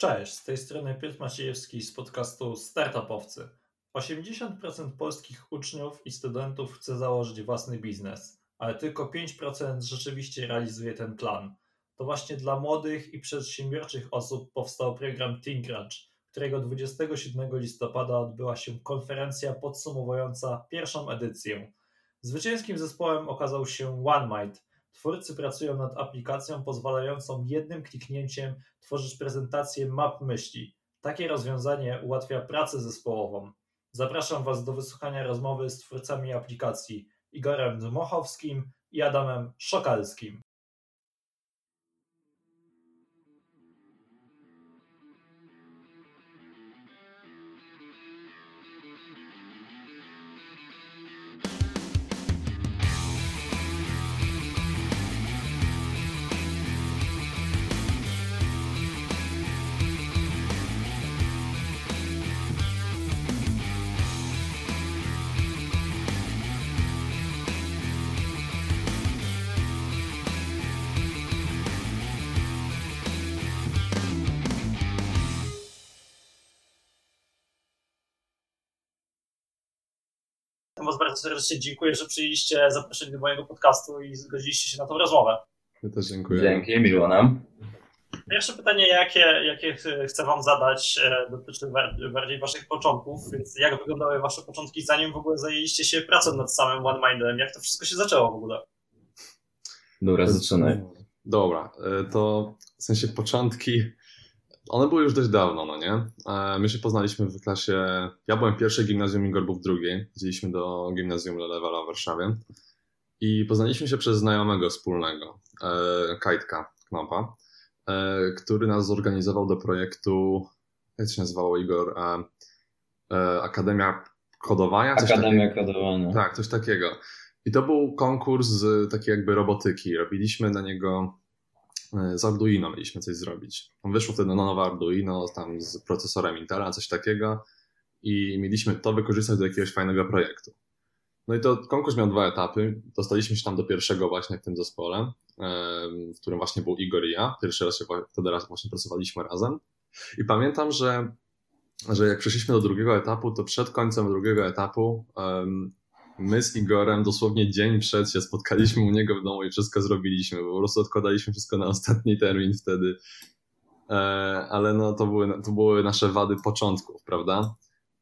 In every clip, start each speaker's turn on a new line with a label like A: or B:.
A: Cześć, z tej strony Piotr Maciejewski z podcastu Startupowcy. 80% polskich uczniów i studentów chce założyć własny biznes, ale tylko 5% rzeczywiście realizuje ten plan. To właśnie dla młodych i przedsiębiorczych osób powstał program ThinkCrunch, którego 27 listopada odbyła się konferencja podsumowująca pierwszą edycję. Zwycięskim zespołem okazał się OneMind. Twórcy pracują nad aplikacją pozwalającą jednym kliknięciem tworzyć prezentację map myśli. Takie rozwiązanie ułatwia pracę zespołową. Zapraszam Was do wysłuchania rozmowy z twórcami aplikacji Igorem Dmochowskim i Adamem Szokalskim. Was bardzo serdecznie dziękuję, że przyjęliście zaproszenie do mojego podcastu i zgodziliście się na tą rozmowę.
B: My też dziękuję.
C: Dzięki, miło nam.
A: Pierwsze pytanie, jakie chcę Wam zadać, dotyczy bardziej Waszych początków, więc jak wyglądały Wasze początki, zanim w ogóle zajęliście się pracą nad samym OneMindem? Jak to wszystko się zaczęło w ogóle?
C: Dobra, zaczynaj.
B: Dobra, to w sensie początki, one były już dość dawno, no nie? My się poznaliśmy w klasie, ja byłem w pierwszej gimnazjum, Igor był w drugiej, chodziliśmy do gimnazjum Lelewela w Warszawie i poznaliśmy się przez znajomego wspólnego, Kajtka Knopa, który nas zorganizował do projektu, jak to się nazywało, Igor? Akademia Kodowania?
C: Akademia Kodowania.
B: Tak, coś takiego. I to był konkurs z takiej jakby robotyki. Robiliśmy na niego z Arduino, mieliśmy coś zrobić. Wyszło wtedy nowe Arduino tam z procesorem Intela, coś takiego i mieliśmy to wykorzystać do jakiegoś fajnego projektu. No i to konkurs miał 2 etapy. Dostaliśmy się tam do pierwszego właśnie w tym zespole, w którym właśnie był Igor i ja. Pierwszy raz wtedy właśnie pracowaliśmy razem. I pamiętam, że jak przeszliśmy do drugiego etapu, to przed końcem drugiego etapu my z Igorem dosłownie dzień przed się spotkaliśmy u niego w domu i wszystko zrobiliśmy. Po prostu odkładaliśmy wszystko na ostatni termin wtedy. Ale no to były nasze wady początków, prawda?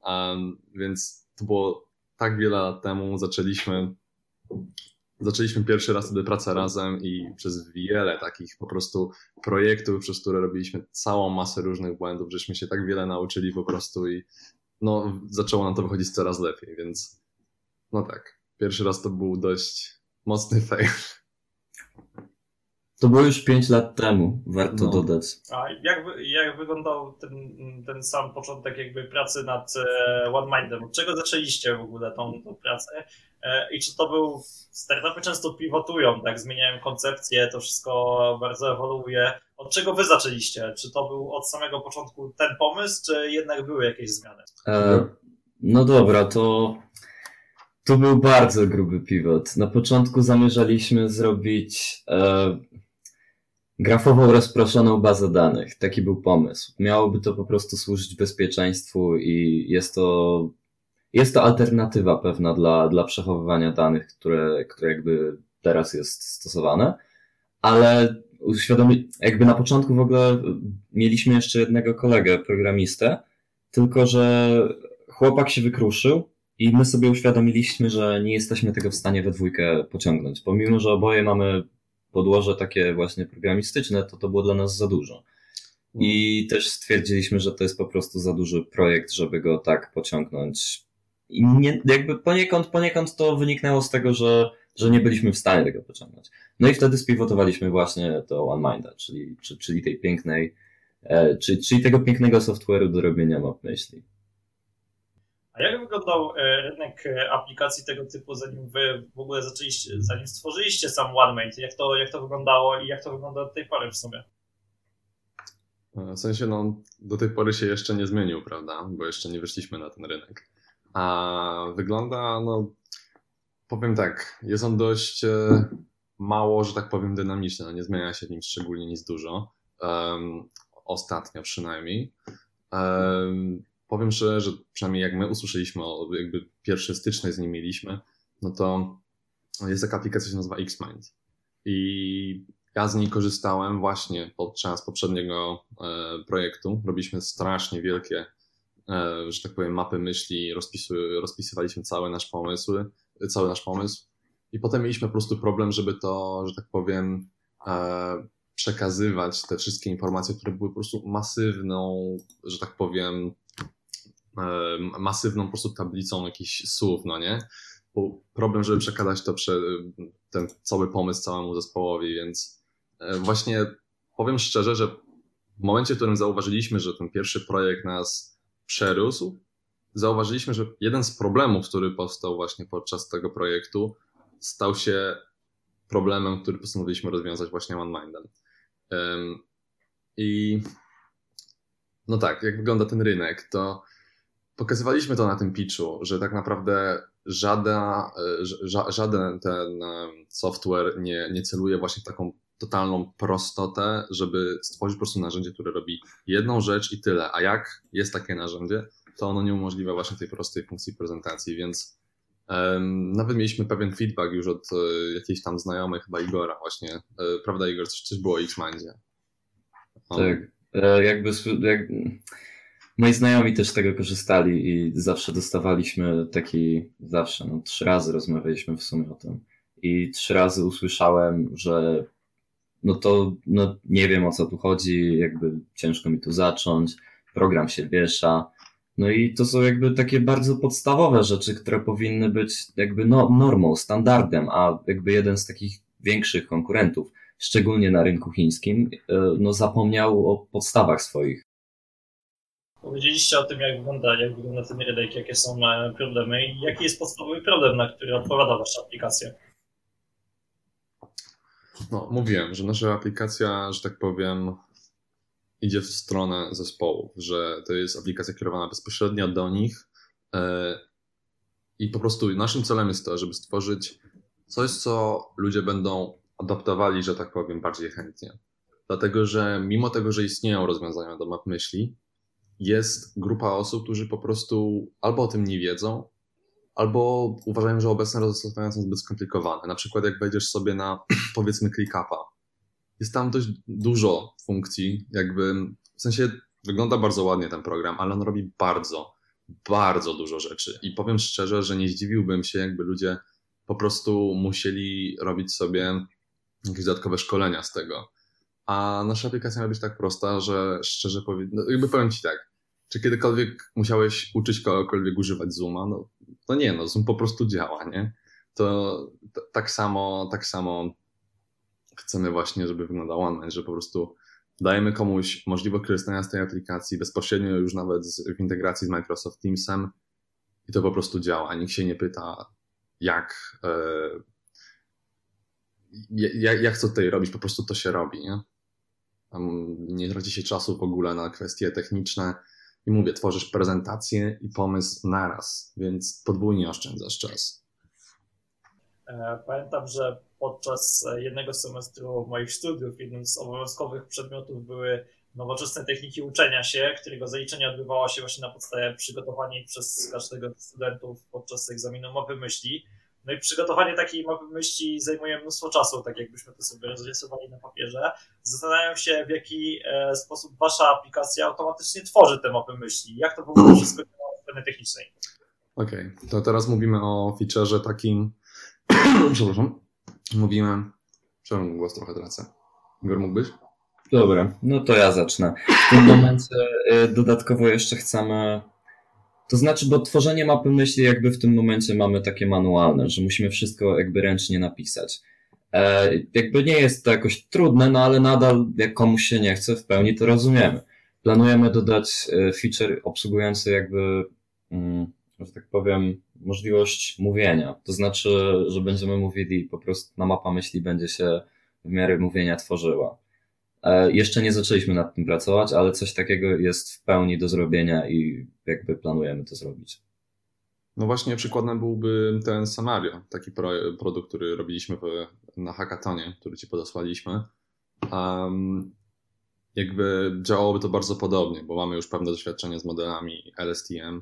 B: Więc to było tak wiele lat temu. Zaczęliśmy pierwszy raz wtedy pracę razem i przez wiele takich po prostu projektów, przez które robiliśmy całą masę różnych błędów, żeśmy się tak wiele nauczyli po prostu i no zaczęło nam to wychodzić coraz lepiej, więc no tak, pierwszy raz to był dość mocny fail.
C: To było już 5 lat temu, warto dodać.
A: A jak wyglądał ten sam początek jakby pracy nad OneMindem? Od czego zaczęliście w ogóle tą pracę? I czy to był... Startupy często pivotują, tak? Zmieniają koncepcję, to wszystko bardzo ewoluuje. Od czego wy zaczęliście? Czy to był od samego początku ten pomysł, czy jednak były jakieś zmiany?
C: No dobra, to był bardzo gruby pivot. Na początku zamierzaliśmy zrobić grafową rozproszoną bazę danych. Taki był pomysł. Miałoby to po prostu służyć bezpieczeństwu i jest to alternatywa pewna dla przechowywania danych, które jakby teraz jest stosowane. Ale jakby na początku w ogóle mieliśmy jeszcze jednego kolegę, programistę, tylko że chłopak się wykruszył i my sobie uświadomiliśmy, że nie jesteśmy tego w stanie we dwójkę pociągnąć. Pomimo, że oboje mamy podłoże takie właśnie programistyczne, to było dla nas za dużo. I też stwierdziliśmy, że to jest po prostu za duży projekt, żeby go tak pociągnąć. I jakby poniekąd to wyniknęło z tego, że nie byliśmy w stanie tego pociągnąć. No i wtedy spiwotowaliśmy właśnie do OneMinda, czyli tej pięknej, czyli tego pięknego software'u do robienia map myśli.
A: A jak wyglądał rynek aplikacji tego typu, zanim wy w ogóle zanim stworzyliście sam OneMind? Jak to wyglądało i jak to wygląda do tej pory w sumie?
B: W sensie, no, do tej pory się jeszcze nie zmienił, prawda? Bo jeszcze nie wyszliśmy na ten rynek. A wygląda, no, powiem tak, jest on dość mało, że tak powiem, dynamiczny. No, nie zmienia się w nim szczególnie nic dużo. ostatnio przynajmniej. Powiem szczerze, że przynajmniej jak my usłyszeliśmy, jakby pierwszy styczność z nim mieliśmy, no to jest taka aplikacja, która się nazywa Xmind. I ja z niej korzystałem właśnie podczas poprzedniego projektu. Robiliśmy strasznie wielkie, że tak powiem, mapy myśli, rozpisywaliśmy cały nasz pomysł. I potem mieliśmy po prostu problem, żeby to, że tak powiem, przekazywać te wszystkie informacje, które były po prostu masywną, że tak powiem, masywną po prostu tablicą jakichś słów, no nie? Był problem, żeby przekazać to ten cały pomysł całemu zespołowi, więc właśnie powiem szczerze, że w momencie, w którym zauważyliśmy, że ten pierwszy projekt nas przerósł, zauważyliśmy, że jeden z problemów, który powstał właśnie podczas tego projektu, stał się problemem, który postanowiliśmy rozwiązać właśnie OneMindem. I no tak, jak wygląda ten rynek, to pokazywaliśmy to na tym pitchu, że tak naprawdę żaden ten software nie celuje właśnie w taką totalną prostotę, żeby stworzyć po prostu narzędzie, które robi jedną rzecz i tyle. A jak jest takie narzędzie, to ono nie umożliwia właśnie tej prostej funkcji prezentacji, więc nawet mieliśmy pewien feedback już od jakiejś tam znajomych, chyba Igora właśnie. Prawda, Igor? Coś było o Xmindzie.
C: Tak, moi znajomi też z tego korzystali i zawsze dostawaliśmy no 3 razy rozmawialiśmy w sumie o tym i 3 razy usłyszałem, że nie wiem, o co tu chodzi, jakby ciężko mi tu zacząć, program się wiesza. No i to są jakby takie bardzo podstawowe rzeczy, które powinny być jakby normą, standardem, a jakby jeden z takich większych konkurentów, szczególnie na rynku chińskim, zapomniał o podstawach swoich.
A: Powiedzieliście o tym, jak wygląda ten rynek, jakie są problemy i jaki jest podstawowy problem, na który odpowiada wasza aplikacja?
B: No, mówiłem, że nasza aplikacja, że tak powiem, idzie w stronę zespołów, że to jest aplikacja kierowana bezpośrednio do nich i po prostu naszym celem jest to, żeby stworzyć coś, co ludzie będą adaptowali, że tak powiem, bardziej chętnie. Dlatego, że mimo tego, że istnieją rozwiązania do map myśli, jest grupa osób, którzy po prostu albo o tym nie wiedzą, albo uważają, że obecne rozwiązania są zbyt skomplikowane. Na przykład jak wejdziesz sobie na, powiedzmy, ClickUpa, jest tam dość dużo funkcji, jakby, w sensie wygląda bardzo ładnie ten program, ale on robi bardzo, bardzo dużo rzeczy. I powiem szczerze, że nie zdziwiłbym się, jakby ludzie po prostu musieli robić sobie jakieś dodatkowe szkolenia z tego. A nasza aplikacja ma być tak prosta, że szczerze powiem Ci tak, czy kiedykolwiek musiałeś uczyć kogokolwiek używać Zooma? No nie, Zoom po prostu działa, nie? To tak samo chcemy właśnie, żeby wyglądał OneMind, że po prostu dajemy komuś możliwość korzystania z tej aplikacji bezpośrednio już nawet w integracji z Microsoft Teamsem i to po prostu działa. Nikt się nie pyta, jak co tutaj robić, po prostu to się robi, nie? Nie traci się czasu w ogóle na kwestie techniczne i mówię, tworzysz prezentację i pomysł naraz, więc podwójnie oszczędzasz czas.
A: Pamiętam, że podczas jednego semestru moich studiów jednym z obowiązkowych przedmiotów były nowoczesne techniki uczenia się, którego zaliczenie odbywało się właśnie na podstawie przygotowania przez każdego z studentów podczas egzaminu mapy myśli. No i przygotowanie takiej mapy myśli zajmuje mnóstwo czasu, tak jakbyśmy to sobie rozrysowali na papierze. Zastanawiam się, w jaki sposób wasza aplikacja automatycznie tworzy te mapy myśli. Jak to w ogóle wszystko działa od strony technicznej?
B: Okej, to teraz mówimy o featureze takim, przepraszam, głos trochę tracę. Igor, mógłbyś?
C: Dobra, no to ja zacznę. W tym momencie dodatkowo jeszcze chcemy, to znaczy, bo tworzenie mapy myśli jakby w tym momencie mamy takie manualne, że musimy wszystko jakby ręcznie napisać. Jakby nie jest to jakoś trudne, no ale nadal jak komuś się nie chce, w pełni to rozumiemy. Planujemy dodać feature obsługujący jakby, że tak powiem, możliwość mówienia. To znaczy, że będziemy mówili po prostu, na mapa myśli będzie się w miarę mówienia tworzyła. Jeszcze nie zaczęliśmy nad tym pracować, ale coś takiego jest w pełni do zrobienia i jakby planujemy to zrobić.
B: No właśnie przykładem byłby ten Samario, taki produkt, który robiliśmy na hackathonie, który Ci podesłaliśmy. jakby działałoby to bardzo podobnie, bo mamy już pewne doświadczenie z modelami LSTM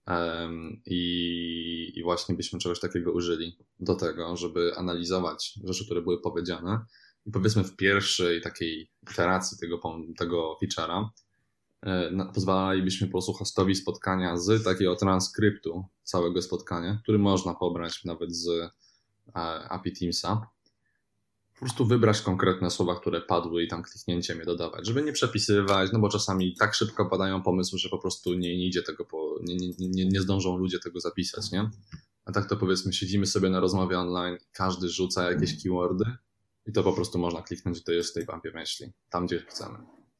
B: i właśnie byśmy czegoś takiego użyli do tego, żeby analizować rzeczy, które były powiedziane i powiedzmy w pierwszej takiej iteracji tego feature'a pozwalalibyśmy po prostu hostowi spotkania z takiego transkryptu całego spotkania, który można pobrać nawet z API Teamsa, po prostu wybrać konkretne słowa, które padły i tam kliknięciem je dodawać, żeby nie przepisywać, no bo czasami tak szybko padają pomysły, że po prostu nie idzie tego, nie zdążą ludzie tego zapisać, nie? A tak to powiedzmy siedzimy sobie na rozmowie online, każdy rzuca jakieś keywordy i to po prostu można kliknąć i to jest w tej mapie myśli, tam gdzie chcemy.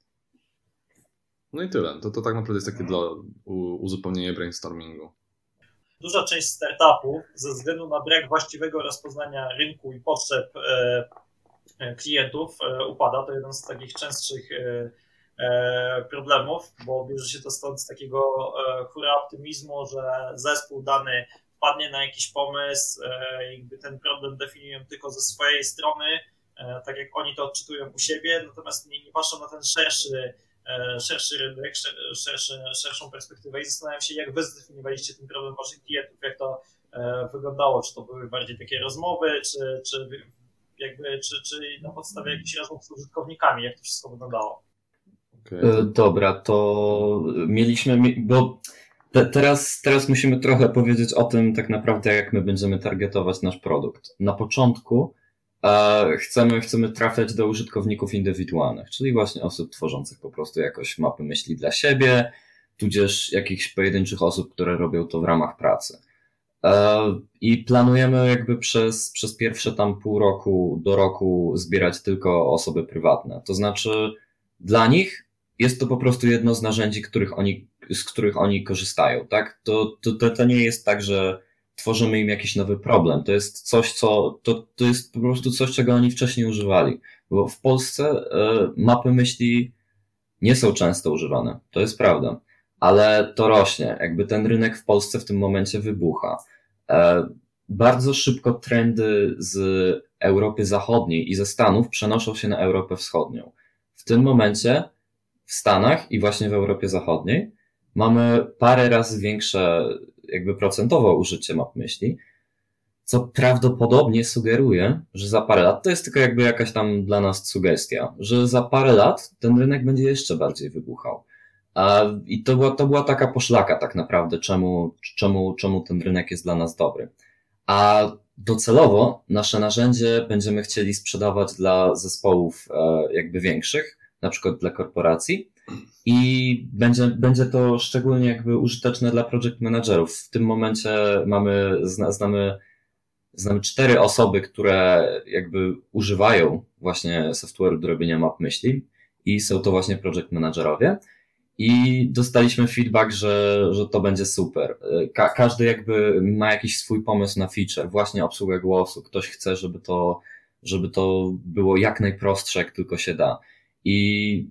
B: No i tyle. To tak naprawdę jest takie dla uzupełnienia brainstormingu.
A: Duża część startupów ze względu na brak właściwego rozpoznania rynku i potrzeb klientów upada. To jeden z takich częstszych problemów, bo bierze się to stąd z takiego hura optymizmu, że zespół dany wpadnie na jakiś pomysł, jakby ten problem definiują tylko ze swojej strony, tak jak oni to odczytują u siebie, natomiast nie patrzą na ten szerszy rynek, szerszą perspektywę i zastanawiam się, jak wy zdefiniowaliście ten problem waszych klientów, jak to wyglądało, czy to były bardziej takie rozmowy, czy na podstawie jakichś rozmów z użytkownikami, jak to wszystko wyglądało?
C: Okay. Dobra, to mieliśmy, bo teraz musimy trochę powiedzieć o tym tak naprawdę, jak my będziemy targetować nasz produkt. Na początku chcemy trafiać do użytkowników indywidualnych, czyli właśnie osób tworzących po prostu jakoś mapy myśli dla siebie, tudzież jakichś pojedynczych osób, które robią to w ramach pracy. I planujemy jakby przez pierwsze tam pół roku do roku zbierać tylko osoby prywatne. To znaczy dla nich jest to po prostu jedno z narzędzi, z których oni korzystają, tak? To nie jest tak, że tworzymy im jakiś nowy problem. To jest coś, to jest po prostu coś, czego oni wcześniej używali. Bo w Polsce mapy myśli nie są często używane. To jest prawda. Ale to rośnie. Jakby ten rynek w Polsce w tym momencie wybucha. Bardzo szybko trendy z Europy Zachodniej i ze Stanów przenoszą się na Europę Wschodnią. W tym momencie w Stanach i właśnie w Europie Zachodniej mamy parę razy większe jakby procentowo użycie map myśli, co prawdopodobnie sugeruje, że za parę lat, to jest tylko jakby jakaś tam dla nas sugestia, że za parę lat ten rynek będzie jeszcze bardziej wybuchał. I to była taka poszlaka tak naprawdę, czemu ten rynek jest dla nas dobry. A docelowo nasze narzędzie będziemy chcieli sprzedawać dla zespołów jakby większych, na przykład dla korporacji, i będzie to szczególnie jakby użyteczne dla project managerów. W tym momencie znamy 4 osoby, które jakby używają właśnie software'u do robienia map myśli i są to właśnie project managerowie. I dostaliśmy feedback, że to będzie super. Każdy jakby ma jakiś swój pomysł na feature, właśnie obsługę głosu. Ktoś chce, żeby to było jak najprostsze, jak tylko się da. I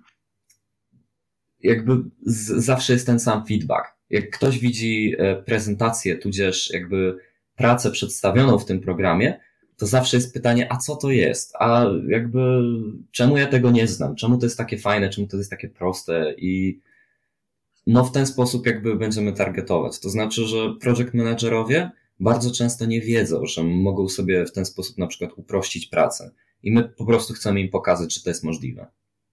C: jakby zawsze jest ten sam feedback. Jak ktoś widzi prezentację, tudzież jakby pracę przedstawioną w tym programie, to zawsze jest pytanie, a co to jest? A jakby czemu ja tego nie znam? Czemu to jest takie fajne? Czemu to jest takie proste? I no w ten sposób jakby będziemy targetować. To znaczy, że project managerowie bardzo często nie wiedzą, że mogą sobie w ten sposób na przykład uprościć pracę. I my po prostu chcemy im pokazać, że to jest możliwe.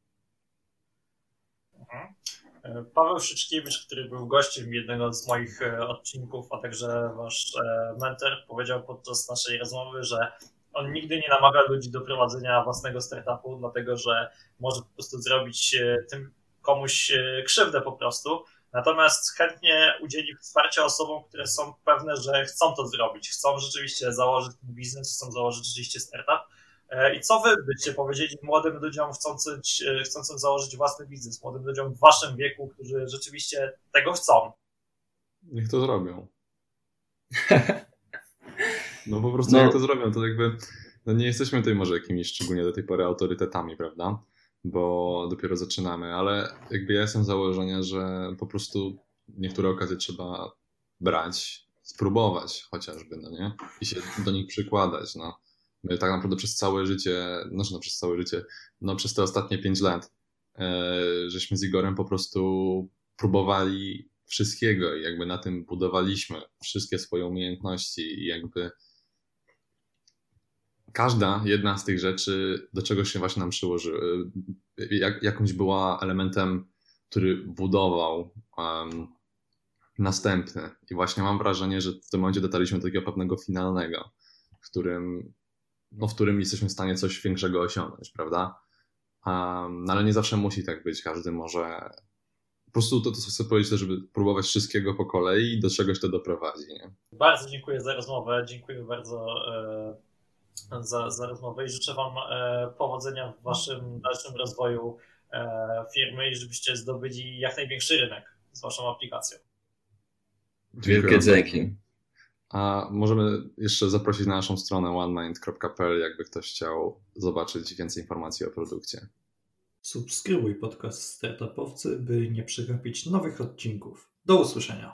A: Paweł Szyczkiewicz, który był gościem jednego z moich odcinków, a także wasz mentor, powiedział podczas naszej rozmowy, że on nigdy nie namawia ludzi do prowadzenia własnego startupu, dlatego że może po prostu zrobić tym komuś krzywdę po prostu. Natomiast chętnie udzieli wsparcia osobom, które są pewne, że chcą to zrobić, chcą rzeczywiście założyć ten biznes, chcą założyć rzeczywiście startup. I co wy byście powiedzieli młodym ludziom chcącym założyć własny biznes, młodym ludziom w waszym wieku, którzy rzeczywiście tego chcą?
B: Niech to zrobią. No po prostu niech to zrobią. To jakby nie jesteśmy tutaj może jakimiś szczególnie do tej pory autorytetami, prawda? Bo dopiero zaczynamy, ale jakby ja jestem z założenia, że po prostu niektóre okazje trzeba brać, spróbować chociażby, no nie? I się do nich przykładać, no. My tak naprawdę przez te ostatnie 5 lat żeśmy z Igorem po prostu próbowali wszystkiego i jakby na tym budowaliśmy wszystkie swoje umiejętności i jakby każda jedna z tych rzeczy do czegoś się właśnie nam przyłożyła, jakąś była elementem, który budował następny. I właśnie mam wrażenie, że w tym momencie dotarliśmy do takiego pewnego finalnego, w którym jesteśmy w stanie coś większego osiągnąć, prawda? No ale nie zawsze musi tak być, każdy może... Po prostu to co chcę powiedzieć, to żeby próbować wszystkiego po kolei i do czegoś to doprowadzi. Nie?
A: Bardzo dziękuję za rozmowę, dziękuję bardzo za rozmowę i życzę Wam powodzenia w Waszym dalszym rozwoju firmy i żebyście zdobyli jak największy rynek z Waszą aplikacją.
C: Wielkie dzięki.
B: A możemy jeszcze zaprosić na naszą stronę onemind.pl, jakby ktoś chciał zobaczyć więcej informacji o produkcie.
A: Subskrybuj podcast Startupowcy, by nie przegapić nowych odcinków. Do usłyszenia.